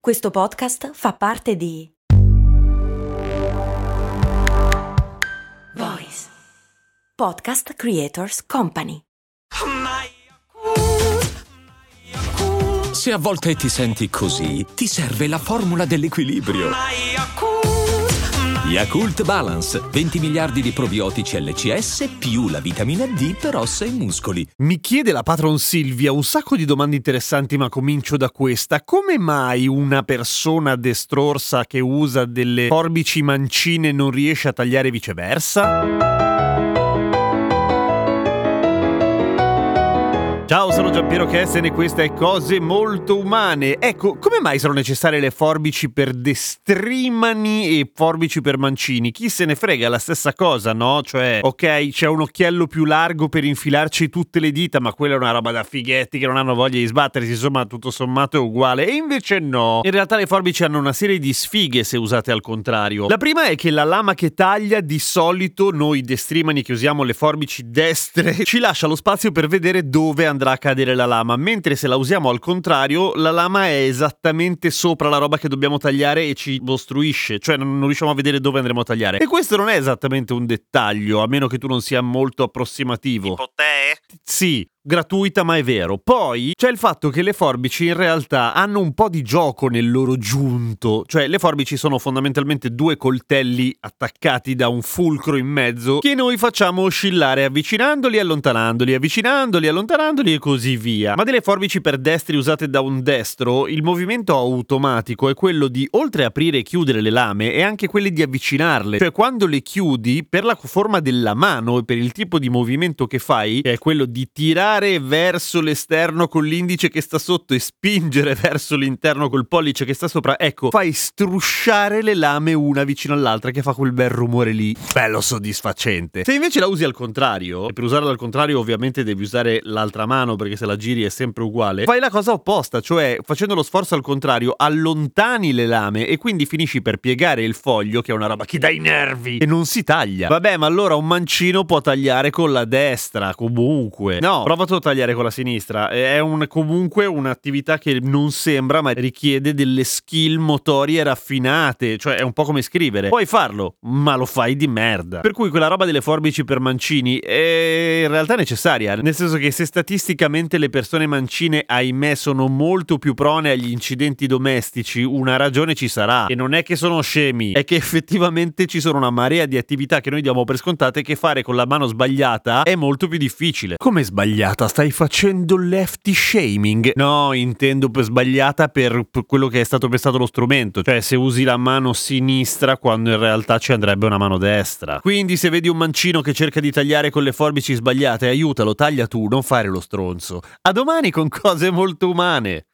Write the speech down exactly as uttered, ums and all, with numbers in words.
Questo podcast fa parte di Voice Podcast Creators Company. Se a volte ti senti così, ti serve la formula dell'equilibrio. Yakult Balance, venti miliardi di probiotici L C S più la vitamina D per ossa e muscoli. Mi chiede la patron Silvia un sacco di domande interessanti, ma comincio da questa. Come mai una persona destrorsa che usa delle forbici mancine non riesce a tagliare viceversa? Ciao, sono Giampiero Kesten e questa è Cose Molto Umane. Ecco, come mai sono necessarie le forbici per destrimani e forbici per mancini? Chi se ne frega, la stessa cosa, no? Cioè, ok, c'è un occhiello più largo per infilarci tutte le dita, ma quella è una roba da fighetti che non hanno voglia di sbattersi, insomma, tutto sommato è uguale. E invece no. In realtà le forbici hanno una serie di sfighe se usate al contrario. La prima è che la lama che taglia, di solito noi destrimani che usiamo le forbici destre, ci lascia lo spazio per vedere dove andrà a cadere la lama, mentre se la usiamo al contrario la lama è esattamente sopra la roba che dobbiamo tagliare e ci ostruisce, cioè non riusciamo a vedere dove andremo a tagliare. E questo non è esattamente un dettaglio, a meno che tu non sia molto approssimativo. Tipo te? Sì, gratuita ma è vero. Poi c'è il fatto che le forbici in realtà hanno un po' di gioco nel loro giunto, cioè le forbici sono fondamentalmente due coltelli attaccati da un fulcro in mezzo che noi facciamo oscillare avvicinandoli, allontanandoli, avvicinandoli, allontanandoli e così via. Ma delle forbici per destri usate da un destro, il movimento automatico è quello di, oltre a aprire e chiudere le lame, è anche quello di avvicinarle. Cioè quando le chiudi, per la forma della mano e per il tipo di movimento che fai, che è quello di tirare verso l'esterno con l'indice che sta sotto e spingere verso l'interno col pollice che sta sopra, ecco, fai strusciare le lame una vicino all'altra, che fa quel bel rumore lì, bello soddisfacente. Se invece la usi al contrario, e per usarla al contrario ovviamente devi usare l'altra mano perché se la giri è sempre uguale, fai la cosa opposta, cioè facendo lo sforzo al contrario allontani le lame e quindi finisci per piegare il foglio, che è una roba che dà i nervi e non si taglia. Vabbè, ma allora un mancino può tagliare con la destra comunque. No, prova a tagliare con la sinistra, è un, comunque un'attività che non sembra, ma richiede delle skill motorie raffinate, cioè è un po' come scrivere. Puoi farlo, ma lo fai di merda. Per cui quella roba delle forbici per mancini è in realtà necessaria, nel senso che se statisticamente le persone mancine, ahimè, sono molto più prone agli incidenti domestici, una ragione ci sarà. E non è che sono scemi, è che effettivamente ci sono una marea di attività che noi diamo per scontate che fare con la mano sbagliata è molto più difficile. Come sbagliata? Stai facendo lefty shaming? No, intendo per sbagliata per, per quello che è stato pensato lo strumento, cioè se usi la mano sinistra quando in realtà ci andrebbe una mano destra. Quindi se vedi un mancino che cerca di tagliare con le forbici sbagliate, aiutalo, taglia tu, non fare lo stronzo. A domani con Cose Molto Umane.